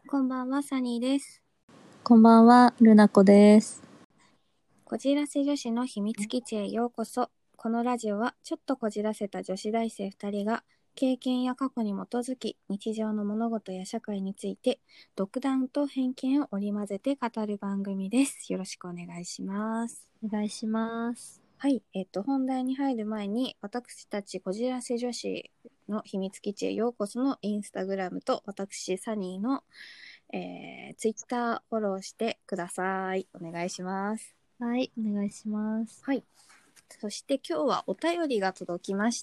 こんばんは、サニーです。 こんばんは、ルナコです。 こじらせ女子の秘密基地へようこそ。このラジオはちょっとこじらせた女子大生2人が経験や過去に基づき日常の物事や社会について独断と偏見を織り交ぜて語る番組です。よろしくお願いします。 お願いします。 はい、本題に入る前に私たちこじらせ女子の秘密基地へようこそのインスタグラムと私サニーの、ツイッターフォローしてください。お願いします。 はい、お願いします。 はい。そして今日はお便りが届きました。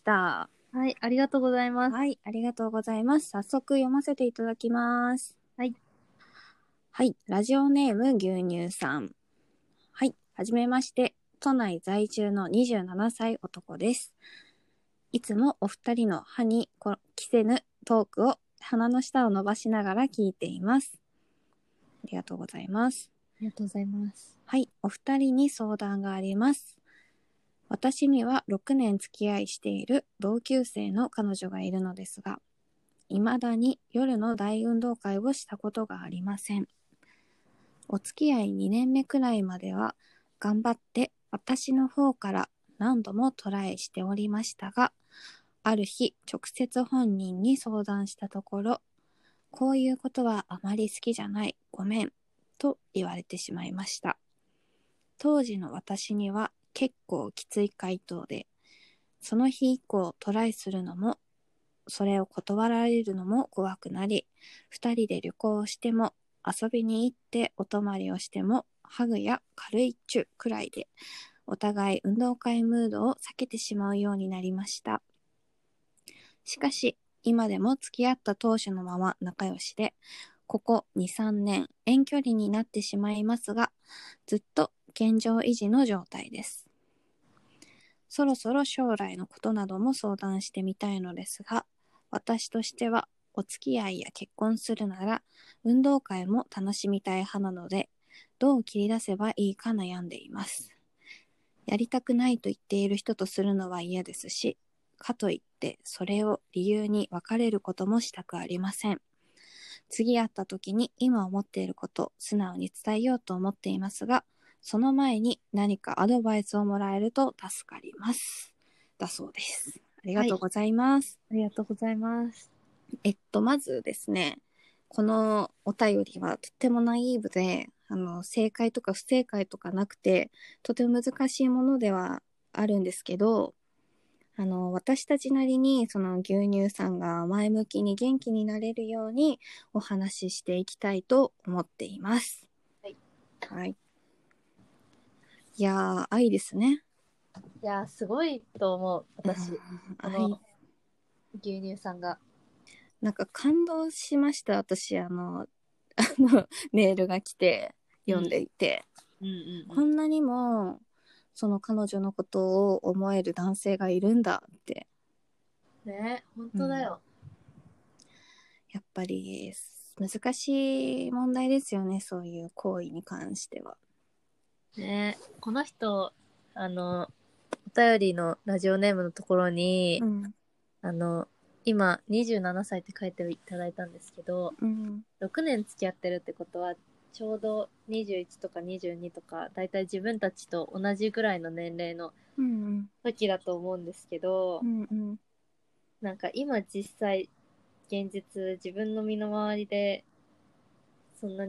はい、ありがとうございます。 はい、ありがとうございます。早速読ませていただきます。 はい。 はい、ラジオネーム牛乳さん。はい、はじめまして。都内在住の27歳男です。いつもお二人の歯に着せぬトークを鼻の下を伸ばしながら聞いています。ありがとうございます。 ありがとうございます。 はい、お二人に相談があります。私には6年付き合いしている同級生の彼女がいるのですが、未だに夜の大運動会をしたことがありません。お付き合い2年目くらいまでは頑張って私の方から何度もトライしておりましたが、ある日直接本人に相談したところ、こういうことはあまり好きじゃない、ごめん、と言われてしまいました。当時の私には結構きつい回答で、その日以降トライするのも、それを断られるのも怖くなり、二人で旅行をしても、遊びに行ってお泊まりをしても、ハグや軽いチュくらいで、お互い運動会ムードを避けてしまうようになりました。しかし、今でも付き合った当初のまま仲良しで、ここ2、3年遠距離になってしまいますが、ずっと現状維持の状態です。そろそろ将来のことなども相談してみたいのですが、私としてはお付き合いや結婚するなら運動会も楽しみたい派なので、どう切り出せばいいか悩んでいます。やりたくないと言っている人とするのは嫌ですし、かといってそれを理由に別れることもしたくありません。次会った時に今思っていることを素直に伝えようと思っていますが、その前に何かアドバイスをもらえると助かります。だそうです。ありがはい、 とうございます。 ありがとうございます。 まずですね、このお便りはとってもナイーブで、正解とか不正解とかなくて、とても難しいものではあるんですけど、私たちなりにその牛乳さんが前向きに元気になれるようにお話ししていきたいと思っています。 はい。 はい。いやー、愛ですね。 いやー、すごいと思う、私。この愛。 牛乳さんが。 なんか感動しました。私、メールが来て読んでいて。 うんうんこんなにも、その彼女のことを思える男性がいるんだって。 うん。ね、本うん、 当だよ。 やっぱり難しい問題ですよね、そういう行為に関しては。 ね、この人、お便りのラジオネームのところに、 うん、 あの、今27歳って書いていただいたんですけど、 うん、 6年付き合ってるってことは、ちょうど21とか22とか、だいたい自分たちと同じぐらいの年齢のうん、 時だと思うんですけど、 うん、うん、 なんか今実際、現実、自分の身の回りで、そんな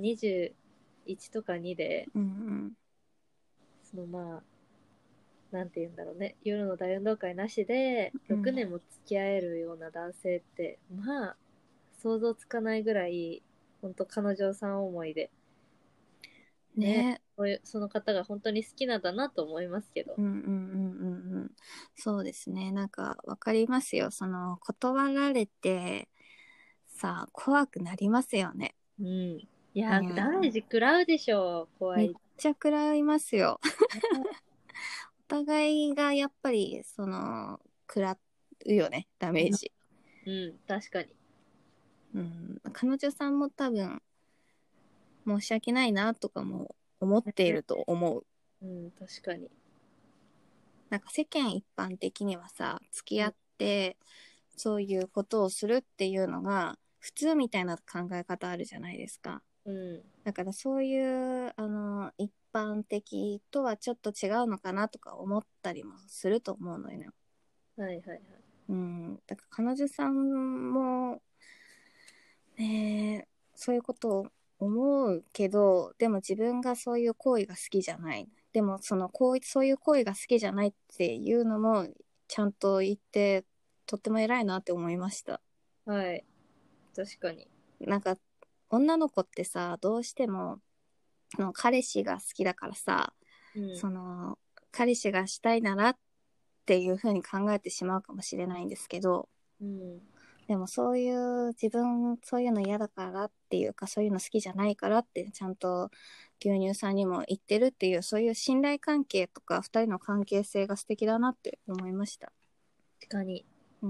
21とか2で、 うん、 そのまあ、なんて言うんだろうね、夜の大運動会なしで、6 うん、 年も付き合えるような男性って、まあ、想像つかないぐらい、ほんと彼女さん思いで、ね、 ね。 その方が本当に好きなんだなと思いますけど。 うんうんうんうんうん。そうですね。なんかわかりますよ。その断られてさ、怖くなりますよね。 うん。いや、 いや、 ダメージ食らうでしょ、怖めっい。 ちゃ食らいますよ。 ね。 お互いがやっぱり食らうよね、ダメージ。 うん、確かに。 うん、彼女さんも多分申し訳ないなとかも思っていね。 ると思う。 うん、確かに。 なんか世間一般的にはさ、付きうん、 合ってそういうことをするっていうのが普通みたいな考え方あるじゃないですか。 うん。 だからそういう一般的とはちょっと違うのかなとか思ったりもすると思うのよね。 はいはいはい。 だから彼女さんもね、そういうことを思うけど、でも自分がそういう行為が好きじゃない。でもそういう行為が好きじゃないっていうのもちゃんと言って、とっても偉いなって思いました。 はい。確かに。 なんか女の子ってさ、どうしても彼氏が好きだからさ、 うん。 彼氏がしたいならっていう風に考えてしまうかもしれないんですけど、 うん。 でもそういう自分そういうの嫌だからっていうか、そういうの好きじゃないからってちゃんと牛乳さんにも言ってるっていう、そういう信頼関係とか二人の関係性が素敵だなって思いました。 確かに。 うん。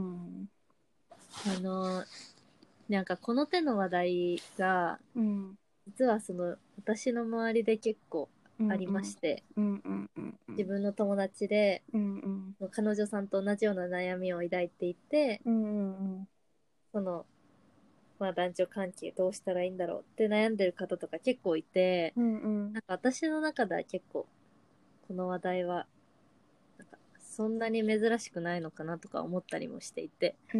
あの、なんかこの手の話題が、 うん。 実は私の周りで結構うん。 ありまして、 うんうんうんうん。 自分の友達で、 うんうん彼女さんと同じような悩みを抱いていて、 うんうんうんその、男女関係どうしたらいいんだろうって悩んでる方とか結構いて、 うんうんなんか私の中では結構、この話題は、なんかそんなに珍しくないのかなとか思ったりもしていて。 うん、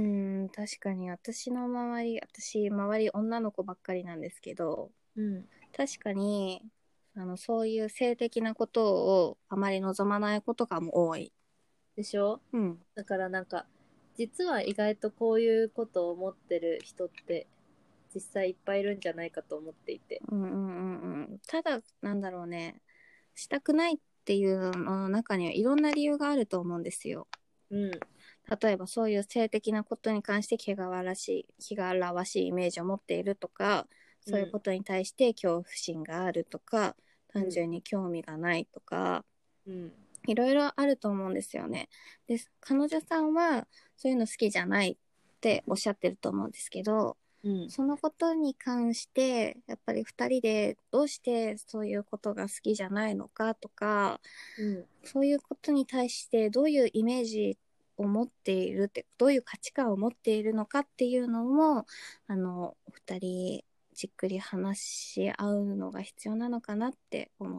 確かに私周り女の子ばっかりなんですけど、 うん。 確かにそういう性的なことをあまり望まないことがも多い。 でしょ？ うん。 だからなんか、実は意外とこういうことを思ってる人って実際いっぱいいるんじゃないかと思っていて。 うんうんうんうん。ただ、なんだろうね。したくないっていうのの中にはいろんな理由があると思うんですよ。 うん。 例えばそういう性的なことに関して汚らわしいイメージを持っているとか、そういううん。 ことに対して恐怖心があるとか、 うん。 単純に興味がないとか、 うん。 いろいろあると思うんですよね。で、彼女さんはそういうの好きじゃないっておっしゃってると思うんですけど、 うん。 そのことに関して、やっぱり二人でどうしてそういうことが好きじゃないのかとか、 うん。 そういうことに対してどういうイメージを持っているって、どういう価値観を持っているのかっていうのも、二人じっくり話し合うのが必要なのかなって思って、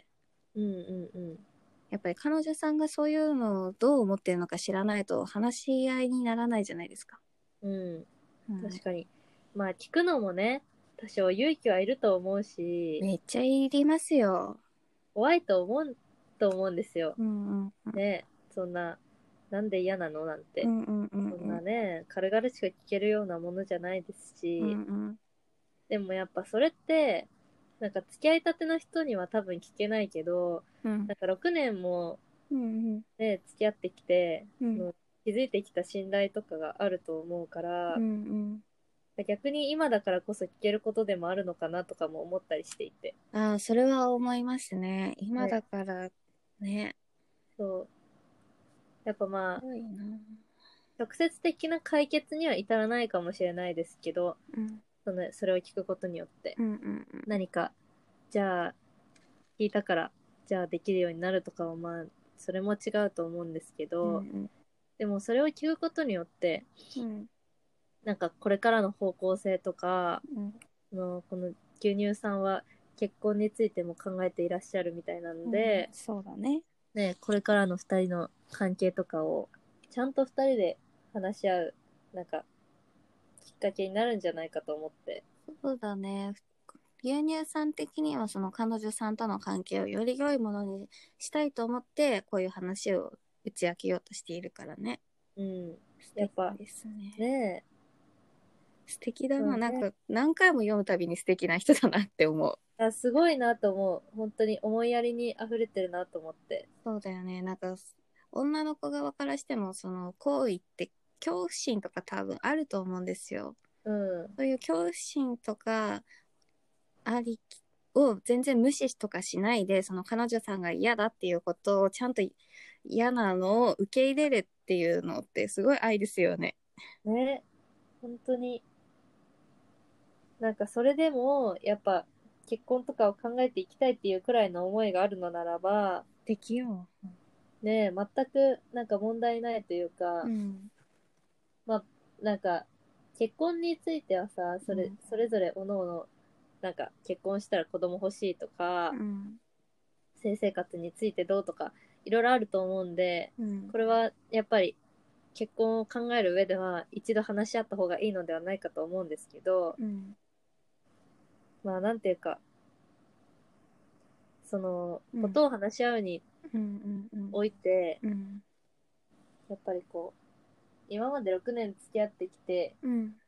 うん。うん。 やっぱり彼女さんがそういうのをどう思ってるのか知らないと話し合いにならないじゃないですか。 うん。 うん、 確かに。聞くのもね、多少勇気はいると思うし、 めっちゃいりますよ。 怖いと思うんですよ。 うんうんね。そんな、なんで嫌なのなんて。 うんうんうんそんうんなね、軽々しく聞けるようなものじゃないですうんし、 うんでもやっぱそれって、なんか付き合いたての人には多分聞けないけど、 うんなんか6年もうんね、付き合ってきて、 うん築いてきた信頼とかがあると思うかうら、 ん逆に今だからこそ聞けることでもあるのかなとかも思ったりしていて。 ああ、それは思いますね。今ね、 だからね。 そう。やっぱすごいな。 直接的な解決には至らないかもしれないですけど、 うんそれを聞くことによって、 うんうん何か、じゃあ、聞いたから、じゃあできるようになるとかはそれも違うと思うんですけうんど、 うんでもそれを聞くことによって、 うんなんかこれからの方向性とか、 うんこの牛乳さんは結婚についても考えていらっしゃるみたいなのうんで、 そうだね。 ね、これからの二人の関係とかを、ちゃんと二人で話し合う、なんか、きっかけになるんじゃないかと思って。 そうだね。牛乳さん的にはその彼女さんとの関係をより良いものにしたいと思ってこういう話を打ち明けようとしているからね。 うん。 素敵やっぱ、 ですね。 ね素敵だな。 そうね。 なんか何回も読むたびに素敵な人だなって思う。 すごいなと思う。本当に思いやりに溢れてるなと思って。 そうだよね。なんか女の子側からしてもその行為って恐怖心とか多分あると思うんですよ。 うん。 そういう恐怖心とかありを全然無視とかしないで、その彼女さんが嫌だっていうことをちゃんと嫌なのを受け入れるっていうのってすごい愛ですよね。 ね。本当に。なんかそれでも、やっぱ、結婚とかを考えていきたいっていうくらいの思いがあるのならば、 敵よ。 ね、全くなんか問題ないというか、 うん。 まあ、なんか、 結婚についてはさ、それぞれおのおの、なんか結婚したら子供欲しいとか、性生活についてどうとか、いろいろあると思うんで、これはやっぱり結婚を考える上では一度話し合った方がいいのではないかと思うんですけど、まあなんていうか、そのことを話し合うにおいて、やっぱりこう、今まで6年付き合ってきて、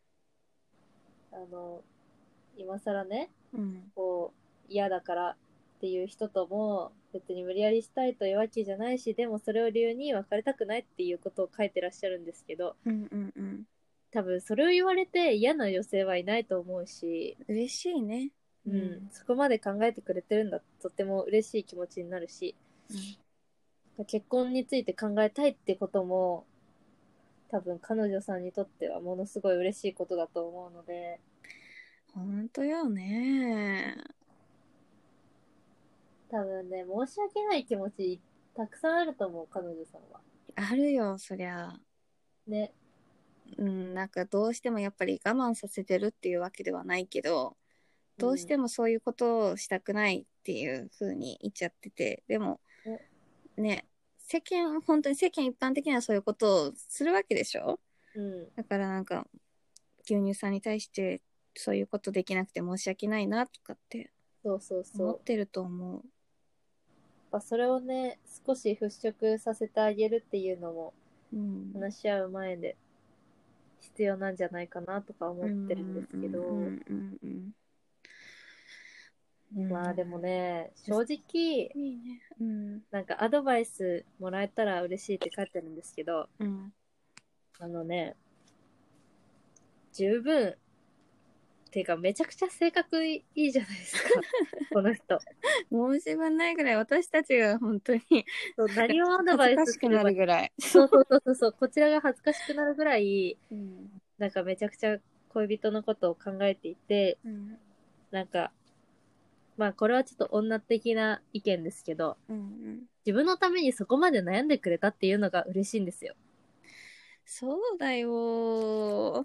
今更ね、こう、嫌だからっていう人とも、別に無理やりしたいというわけじゃないし、でもそれを理由に別れたくないっていうことを書いてらっしゃるんですけど、多分それを言われて嫌な女性はいないと思うし、 嬉しいね。 そこまで考えてくれてるんだ、とても嬉しい気持ちになるし、結婚について考えたいってことも、多分彼女さんにとってはものすごい嬉しいことだと思うので、 ほんとよね。 多分ね、申し訳ない気持ちたくさんあると思う、彼女さんは。 あるよ、そりゃ。 ね。 なんかどうしてもやっぱり我慢させてるっていうわけではないけど、どうしてもそういうことをしたくないっていう風に言っちゃってて、でも、ね、本当に世間一般的にはそういうことをするわけでしょ？だからなんか、牛乳さんに対してそういうことできなくて申し訳ないなとかって思ってると思う。 それをね、少し払拭させてあげるっていうのも、話し合う前で必要なんじゃないかなとか思ってるんですけど、まあでもね、正直、なんかアドバイスもらえたら嬉しいって書いてるんですけど、十分、ていうかめちゃくちゃ性格いいじゃないですか、この人。 申し分ないぐらい私たちが本当にそう何をアドバイスすれば恥ずかしくなるぐらい。 そう、こちらが恥ずかしくなるぐらい、なんかめちゃくちゃ恋人のことを考えていて、なんか、まあこれはちょっと女的な意見ですけど、自分のためにそこまで悩んでくれたっていうのが嬉しいんですよ。 そうだよ。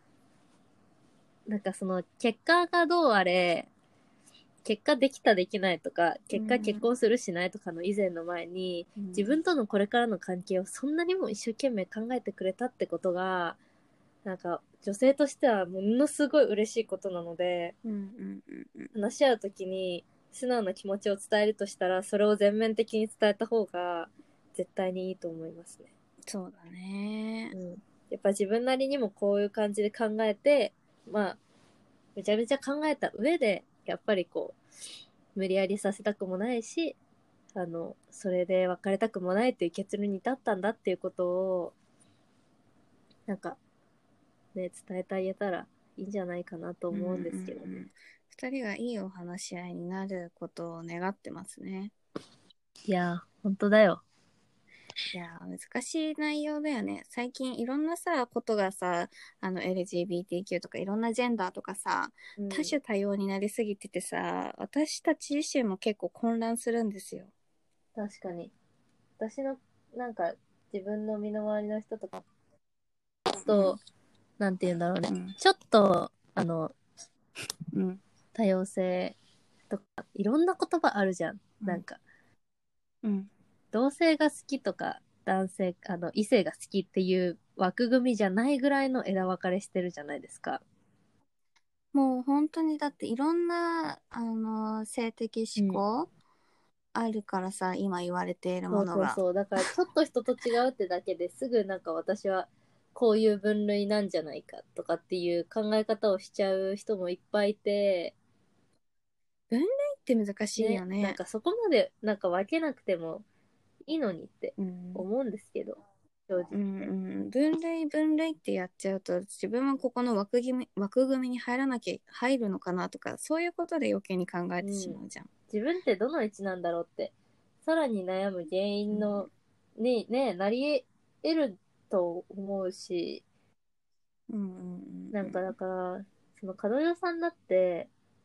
なんかその結果がどうあれ、結果できたできないとか、結果結婚するしないとかの以前の前に、自分とのこれからの関係をそんなにも一生懸命考えてくれたってことが、なんか女性としてはものすごい嬉しいことなので、話し合うときに素直な気持ちを伝えるとしたら、それを全面的に伝えた方が絶対にいいと思いますね。 そうだね。 やっぱ自分なりにもこういう感じで考えて、まあ、めちゃめちゃ考えた上で、やっぱりこう、無理やりさせたくもないし、それで別れたくもないっていう結論に至ったんだっていうことを、なんか、ね、伝えてあげたらいいんじゃないかなと思うんですけどね。 二人がいいお話し合いになることを願ってますね。 いやー、本当だよ。 いやー、難しい内容だよね。最近いろんなさ、ことがさ、LGBTQ とかいろんなジェンダーとかさ、多種多様になりすぎててさ、私たち自身も結構混乱するんですよ。 確かに。私の、なんか、自分の身の回りの人とか、と、なんて言うんだろうね。ちょっと、多様性とか、いろんな言葉あるじゃん。なんか、同性が好きとか、男性、異性が好きっていう枠組みじゃないぐらいの枝分かれしてるじゃないですか。 もう本当にだっていろんな、性的思考、あるからさ、今言われているものが。 だからちょっと人と違うってだけですぐなんか私はこういう分類なんじゃないかとかっていう考え方をしちゃう人もいっぱいいて、 分類って難しいよね。 なんかそこまでなんか分けなくてもいいのにって思うんですけど、正直。 分類ってやっちゃうと、自分はここの枠組みに入るのかなとか、そういうことで余計に考えてしまうじゃん。 自分ってどの位置なんだろうって、さらに悩む原因の、にね、なり得ると思うし、なんかだから、その彼女さんだって、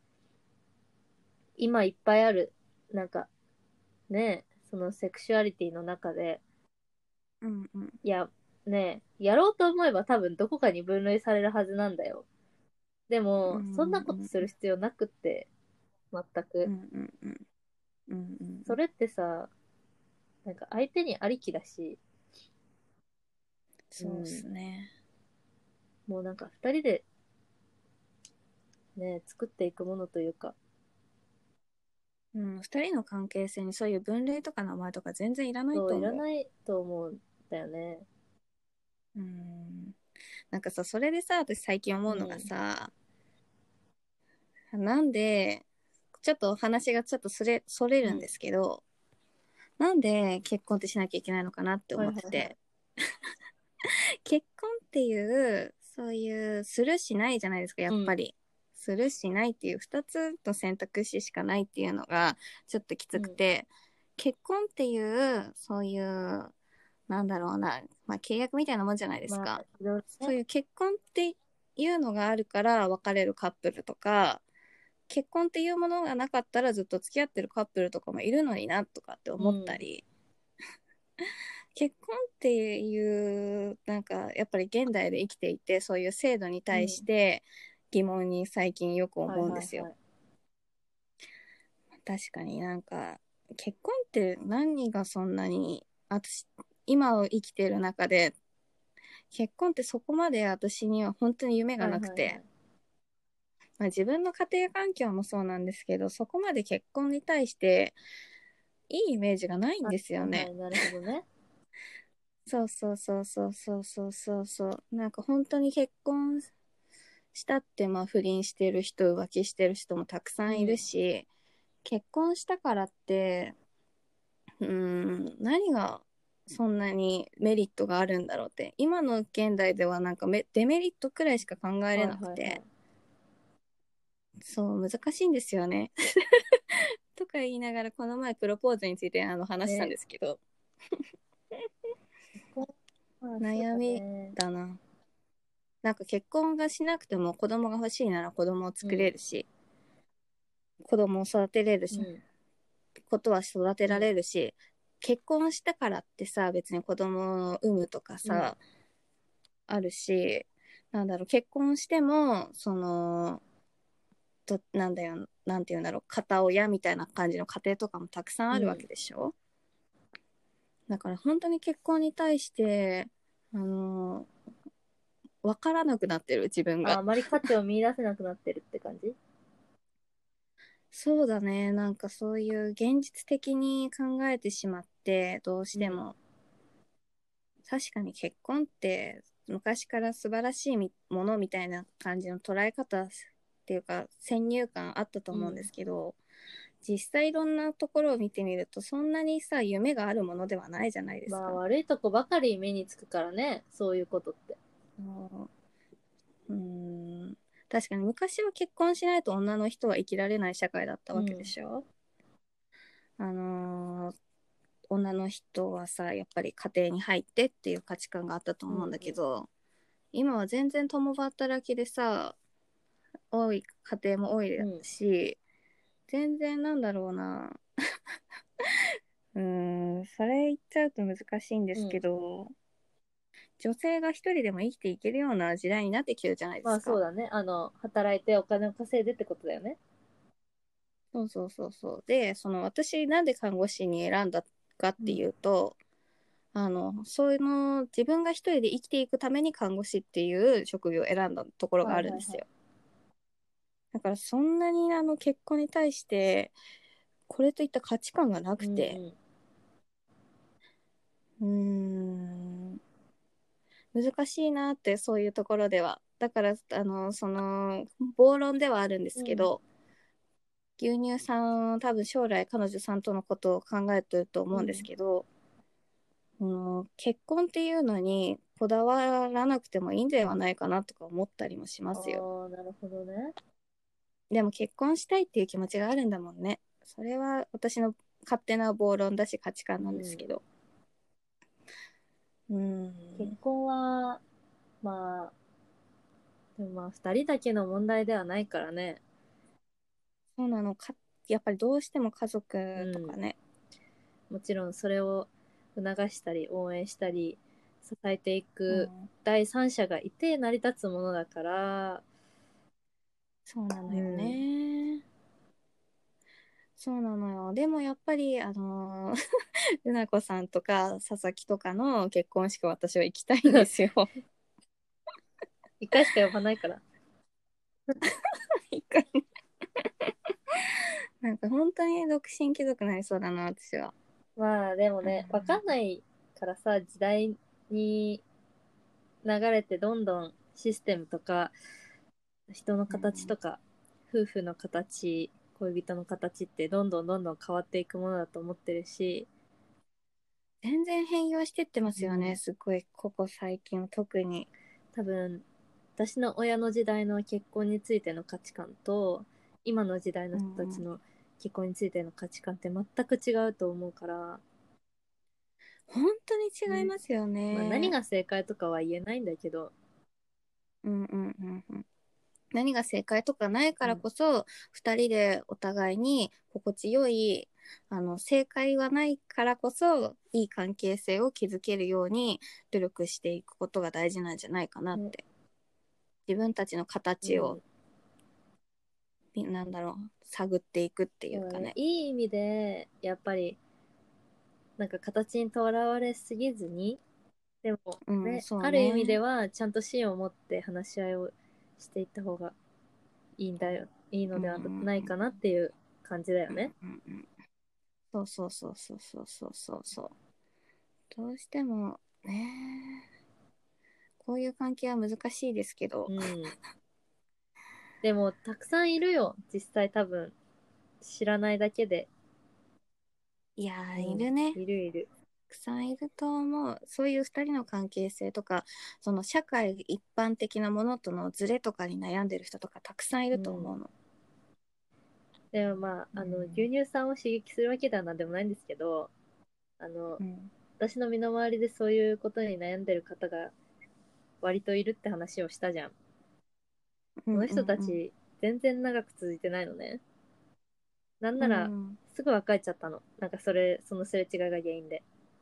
今いっぱいある、なんか、ね、そのセクシュアリティの中で、いや、 ね、やろうと思えば多分どこかに分類されるはずなんだよ。でも、そんなことする必要なくって、全く。それってさ、なんか相手にありきだし、 そうっすね。 もうなんか二人でね、作っていくものというか。 二人の関係性にそういう分類とか名前とか全然いらないそう、いらと思ないと思うんだよね。 う。なんかさ、それでさ、私最近思うのがさ、なんで、ちょっとお話がちょっとそれるんですけど、なんで結婚ってしなきゃいけないのかなって思ってて、結婚っていう、そういう、するしないじゃないですか、やっぱり。するしないっていう二つの選択肢しかないっていうのがちょっときつくて、結婚っていう、そういう、なんだろうな、まあ契約みたいなもんじゃないですか。 いろいろね。 そういう結婚っていうのがあるから別れるカップルとか、結婚っていうものがなかったらずっと付き合ってるカップルとかもいるのになとかって思ったり、結婚っていう、なんかやっぱり現代で生きていて、そういう制度に対して疑問に最近よく思うんですよ。確かになんか、結婚って何がそんなに、私、今を生きてる中で、結婚ってそこまで私には本当に夢がなくて、まあ、自分の家庭環境もそうなんですけど、そこまで結婚に対していいイメージがないんですよね。 なるほどね。 そうそうそうそうそうそうそうそう。なんか本当に結婚したって、まあ不倫してる人、浮気してる人もたくさんいるし、結婚したからって、何がそんなにメリットがあるんだろうって。今の現代ではなんかデメリットくらいしか考えれなくて、そう、難しいんですよね。とか言いながら、この前プロポーズについて話したんですけど、悩みだな。なんか結婚がしなくても子供が欲しいなら子供を作れるし、子供を育てれるし、ことは育てられるし、結婚したからってさ、別に子供を産むとかさ、あるし、なんだろう、結婚しても、なんだよ、なんていうんだろう、片親みたいな感じの家庭とかもたくさんあるわけでしょ。だから本当に結婚に対して、わからなくなってる自分が。 あまり価値を見出せなくなってるって感じ。 そうだね、なんかそういう現実的に考えてしまって、どうしても。確かに結婚って昔から素晴らしいものみたいな感じの捉え方っていうか先入観あったと思うんですけど、実際いろんなところを見てみるとそんなにさ夢があるものではないじゃないですか。 悪いとこばかり目につくからね、そういうことって。 確かに昔は結婚しないと女の人は生きられない社会だったわけでしょ。女の人はさやっぱり家庭に入ってっていう価値観があったと思うんだけど、今は全然共働きでさ多い家庭も多いし、全然なんだろうなそれ言っちゃうと難しいんですけど、女性が一人でも生きていけるような時代になってきてるじゃないですか。 そうだね。働いてお金を稼いでってことだよね。 そうそうそうそう。で、私なんで看護師に選んだかっていうと、そういうの自分が一人で生きていくために看護師っていう職業を選んだところがあるんですよ。だからそんなに結婚に対してこれといった価値観がなくて、難しいなってそういうところでは。だから暴論ではあるんですけど、牛乳さん多分将来彼女さんとのことを考えてると思うんですけど、結婚っていうのにこだわらなくてもいいんではないかなとか思ったりもしますよ。 なるほどね。 でも結婚したいっていう気持ちがあるんだもんね。それは私の勝手な暴論だし価値観なんですけど。 結婚は、まあ、でも二人だけの問題ではないからね。 そうなのか。やっぱりどうしても家族とかね。 もちろんそれを促したり応援したり支えていく第三者がいて成り立つものだから、 そうなのよね、そうなのよ。でもやっぱりうなこさんとか佐々木とかの結婚式私は行きたいんですよ。 一回しか呼ばないから。 一回なんか本当に独身貴族になりそうだな私は。 まあでもね、わかんないからさ、時代に流れてどんどんシステムとか人の形とか、夫婦の形、恋人の形ってどんどんどんどん変わっていくものだと思ってるし、 全然変容してってますよね、すごいここ最近は特に。 多分私の親の時代の結婚についての価値観と今の時代の人たちの結婚についての価値観って全く違うと思うから、 本当に違いますよね、 まあ、何が正解とかは言えないんだけど、 何が正解とかないからこそ、2人でお互いに心地よい正解はないからこそいい関係性を築けるように努力していくことが大事なんじゃないかなって、自分たちの形を、なんだろう、探っていくっていうかね。 いい意味でやっぱりなんか形にとらわれすぎずに、でもね、ある意味ではちゃんと芯を持って話し合いをしていった方がいいのではないかなっていう感じだよね。 そうそうそうそうそうそうそうそう。どうしてもね、こういう関係は難しいですけど、 でもたくさんいるよ、実際。多分知らないだけで。 いやー、いるね。 いるいる。 たくさんいると思う。そういう2人の関係性とか、その社会一般的なものとのズレとかに悩んでる人とかたくさんいると思うの。 でもまあ、牛乳さんを刺激するわけではなんでもないんですけど、私の身の回りでそういうことに悩んでる方が割といるって話をしたじゃん。その人たち、全然長く続いてないのね。なんなら、すぐ別れちゃったの。なんかそのすれ違いが原因で。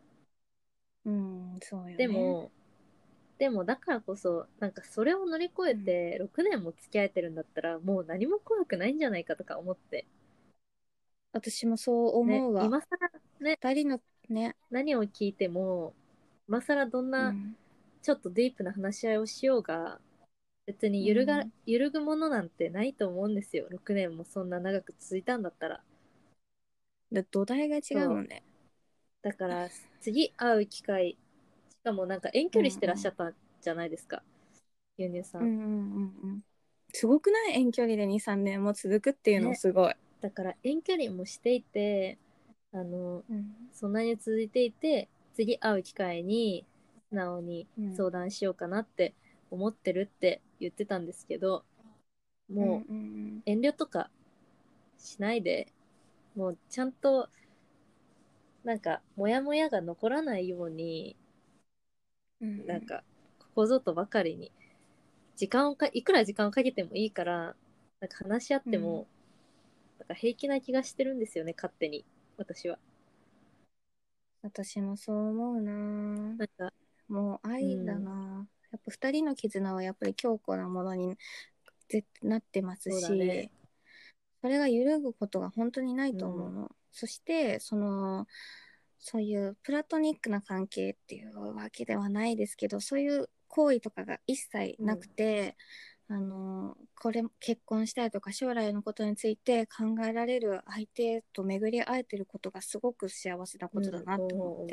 そうよね。 でもだからこそ、なんかそれを乗り越えて6年も付き合えてるんだったら、もう何も怖くないんじゃないかとか思って。 私もそう思うわ。 今更ね、 2人のね、 何を聞いても、今更どんなちょっとディープな話し合いをしようが、別に揺るぐものなんてないと思うんですよ。6年もそんな長く続いたんだったら。 土台が違うもんね。 だから次会う機会、しかもなんか遠距離してらっしゃったんじゃないですか、牛乳さん。 すごくない？遠距離で2、3年も続くっていうのすごい。 だから遠距離もしていて、そんなに続いていて、次会う機会に素直に相談しようかなって思ってるって言ってたんですけど、もう遠慮とかしないで、もうちゃんとなんかモヤモヤが残らないように、なんかここぞとばかりにいくら時間をかけてもいいから、なんか話し合っても、なんか平気な気がしてるんですよね、勝手に私は。 私もそう思うな。なんかもう愛だな、やっぱ2人の絆はやっぱり強固なものになってますし、それが揺るぐことが本当にないと思うの。そしてそういうプラトニックな関係っていうわけではないですけど、そういう行為とかが一切なくて、これ結婚したいとか将来のことについて考えられる相手と巡り会えてることがすごく幸せなことだなって思って、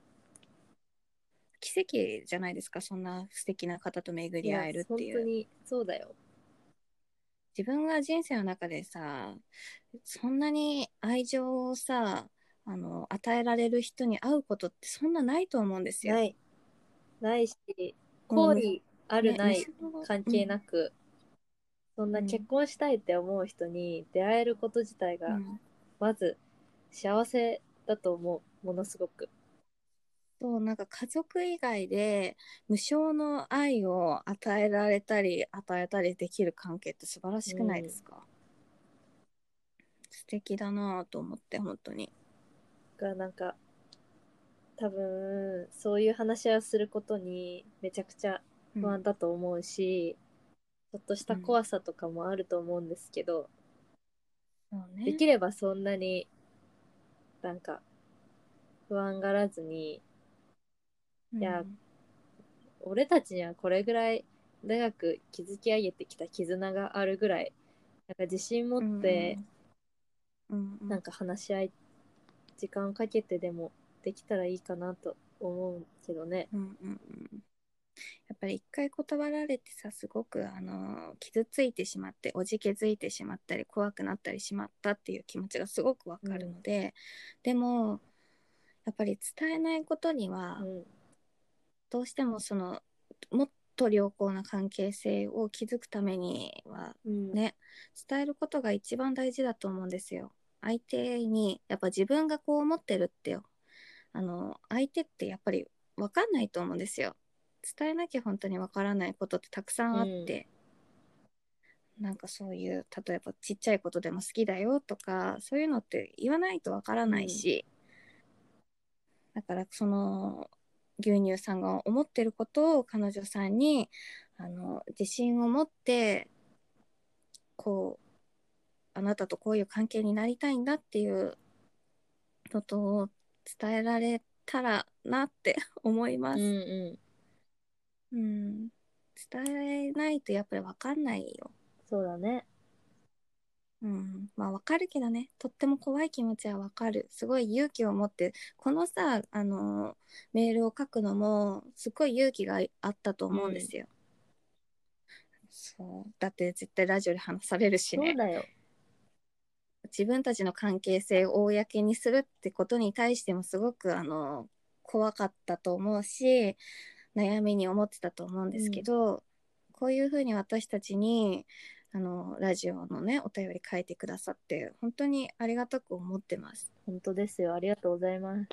奇跡じゃないですか、そんな素敵な方と巡り会えるっていう。 本当にそうだよ。 自分が人生の中でさ、そんなに愛情をさ、与えられる人に会うことってそんなないと思うんですよ。 ないし、 もう好意あるない関係なく、そんな結婚したいって思う人に出会えること自体が、まず幸せだと思う、ものすごく。 そう、なんか家族以外で無償の愛を与えられたり与えたりできる関係って素晴らしくないですか？素敵だなと思って、本当に。 がなんか多分そういう話し合いをすることにめちゃくちゃ不安だと思うし、ちょっとした怖さとかもあると思うんですけど、 そうね。 できればそんなになんか不安がらずに、いや、俺たちにはこれぐらい長く築き上げてきた絆があるぐらい、なんか自信持ってなんか話し合い時間をかけてでもできたらいいかなと思うけどね。 やっぱり一回断られてさ、すごく傷ついてしまって、おじけづいてしまったり怖くなったりしまったっていう気持ちがすごくわかるので、でもやっぱり伝えないことには、どうしてもそのもっと良好な関係性を築くためにはね、伝えることが一番大事だと思うんですよ。相手にやっぱ自分がこう思ってるってよ、相手ってやっぱり分かんないと思うんですよ。伝えなきゃ本当に分からないことってたくさんあって、なんかそういう例えばちっちゃいことでも好きだよとかそういうのって言わないと分からないし、だからその牛乳さんが思ってることを彼女さんに自信を持ってこうあなたとこういう関係になりたいんだっていうことを伝えられたらなって思います。伝えないとやっぱり分かんないよ。 そうだね。 まあ分かるけどね、とっても怖い気持ちは分かる。すごい勇気を持ってこのさメールを書くのもすごい勇気があったと思うんですよ。そうだって絶対ラジオで話されるしね。 そうだよ。 自分たちの関係性を公にするってことに対してもすごく怖かったと思うし悩みに思ってたと思うんですけど、こういうふうに私たちにラジオのねお便り書いてくださって本当にありがたく思ってます。 本当ですよ。ありがとうございます。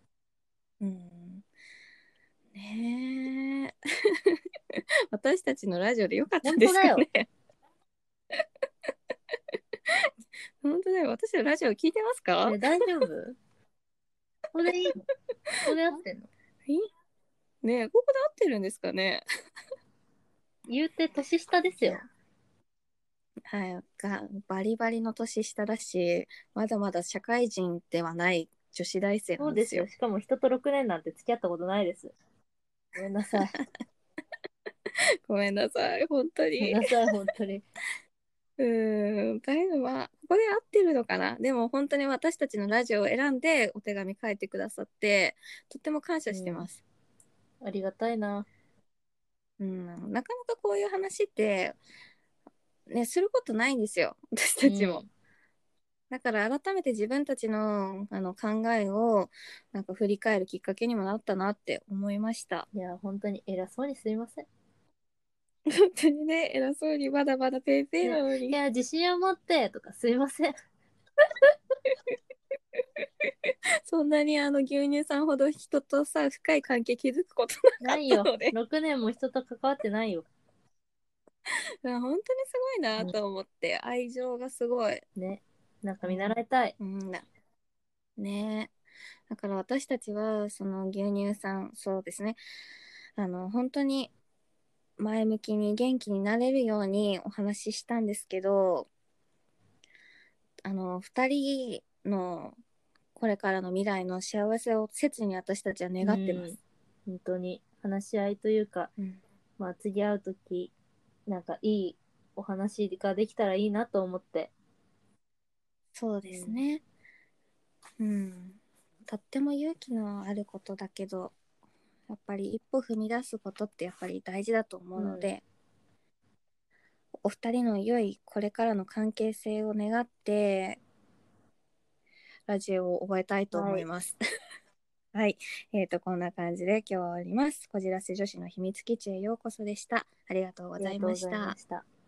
ねえ私たちのラジオでよかったんですかね。本当だよ。私のラジオ聞いてますか？ 大丈夫？これいいの？ここで合ってんの？ ねえ、ここで合ってるんですかね。 言うて年下ですよ。 はい、バリバリの年下だし、まだまだ社会人ではない女子大生なんですよ。 そうですよ。しかも人と6年なんて付き合ったことないです。ごめんなさい。 ごめんなさい、本当に。 ごめんなさい、本当に。 大丈夫は、ここで合ってるのかな。でも本当に私たちのラジオを選んでお手紙書いてくださって、とっても感謝してます。 ありがたいな。 なかなかこういう話って、ね、することないんですよ、私たちも。だから改めて自分たちの考えをなんか振り返るきっかけにもなったなって思いました。 いや、本当に偉そうにすいません。 本当にね、偉そうにまだまだペーペーなのに。 いや、自信を持ってとかすいません。 そんなに牛乳さんほど人とさ、深い関係築くことなかったので。 6年も人と関わってないよ。 本当にすごいなと思って、愛情がすごい。 ね。なんか見習いたい。 ね。だから私たちは、その牛乳さん、そうですね。本当に前向きに元気になれるようにお話ししたんですけど、2人のこれからの未来の幸せを切に私たちは願ってます。 本当に話し合いというか、まあ次会うとき、なんかいいお話ができたらいいなと思って。 そうですね。とっても勇気のあることだけど、やっぱり一歩踏み出すことってやっぱり大事だと思うので、お二人の良いこれからの関係性を願ってラジオを終えたいと思います。はい、こんな感じで今日は終わります。こじらせ女子の秘密基地へようこそでした。ありがとうございました。